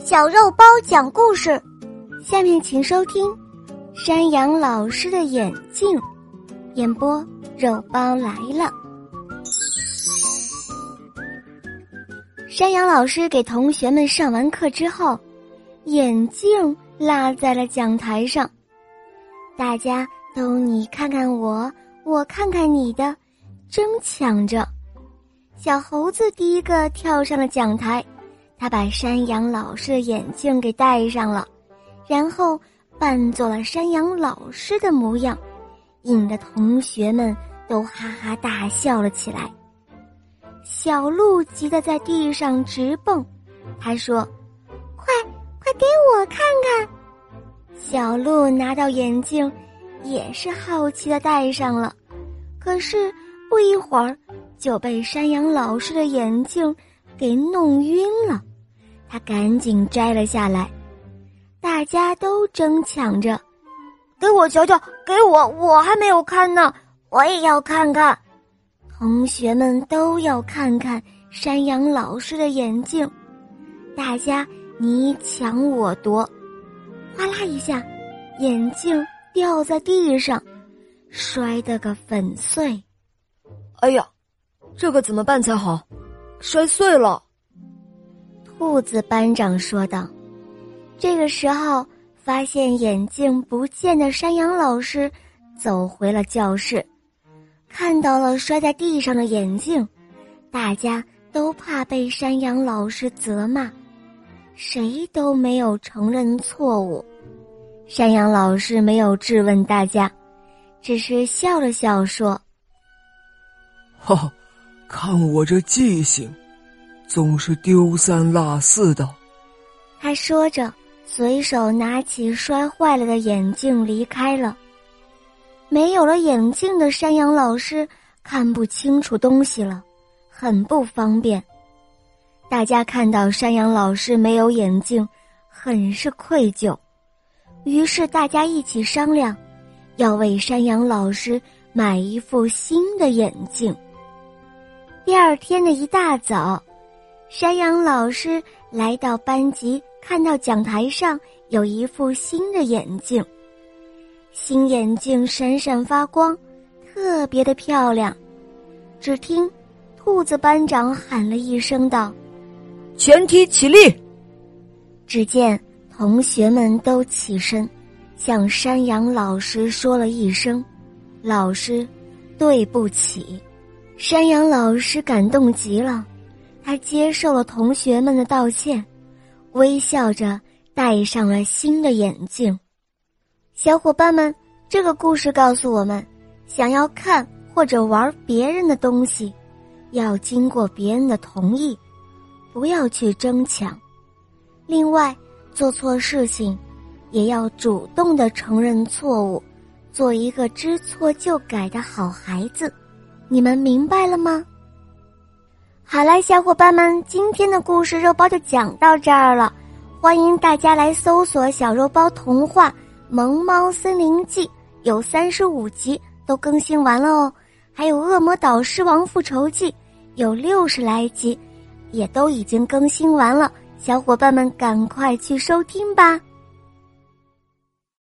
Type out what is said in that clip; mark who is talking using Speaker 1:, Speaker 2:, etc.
Speaker 1: 小肉包讲故事，下面请收听山羊老师的眼镜，演播肉包来了。山羊老师给同学们上完课之后，眼镜落在了讲台上，大家都你看看我，我看看你的，争抢着。小猴子第一个跳上了讲台，他把山羊老师的眼镜给戴上了，然后扮作了山羊老师的模样，引得同学们都哈哈大笑了起来。小鹿急得在地上直蹦，他说：快给我看看。小鹿拿到眼镜也是好奇地戴上了，可是不一会儿就被山羊老师的眼镜给弄晕了，他赶紧摘了下来。大家都争抢着，给我瞧瞧，给我还没有看呢，我也要看看。同学们都要看看山羊老师的眼镜，大家你抢我夺，哗啦一下，眼镜掉在地上，摔得个粉碎。
Speaker 2: 哎呀，这个怎么办才好？摔碎了。
Speaker 1: 兔子班长说道。这个时候，发现眼镜不见的山羊老师走回了教室，看到了摔在地上的眼镜，大家都怕被山羊老师责骂，谁都没有承认错误。山羊老师没有质问大家，只是笑了笑说：
Speaker 3: 哈，看我这记性，总是丢三落四的。
Speaker 1: 他说着随手拿起摔坏了的眼镜离开了。没有了眼镜的山羊老师看不清楚东西了，很不方便。大家看到山羊老师没有眼镜，很是愧疚，于是大家一起商量，要为山羊老师买一副新的眼镜。第二天的一大早，山羊老师来到班级，看到讲台上有一副新的眼镜，新眼镜闪闪发光，特别的漂亮。只听兔子班长喊了一声道：
Speaker 2: 全体起立。
Speaker 1: 只见同学们都起身，向山羊老师说了一声：老师，对不起。山羊老师感动极了，他接受了同学们的道歉，微笑着戴上了新的眼镜。小伙伴们，这个故事告诉我们，想要看或者玩别人的东西，要经过别人的同意，不要去争抢。另外，做错事情也要主动地承认错误，做一个知错就改的好孩子。你们明白了吗？好了，小伙伴们，今天的故事肉包就讲到这儿了。欢迎大家来搜索小肉包童话《萌猫森林记》，有35集都更新完了哦，还有恶魔岛狮王复仇记有60来集也都已经更新完了，小伙伴们赶快去收听吧。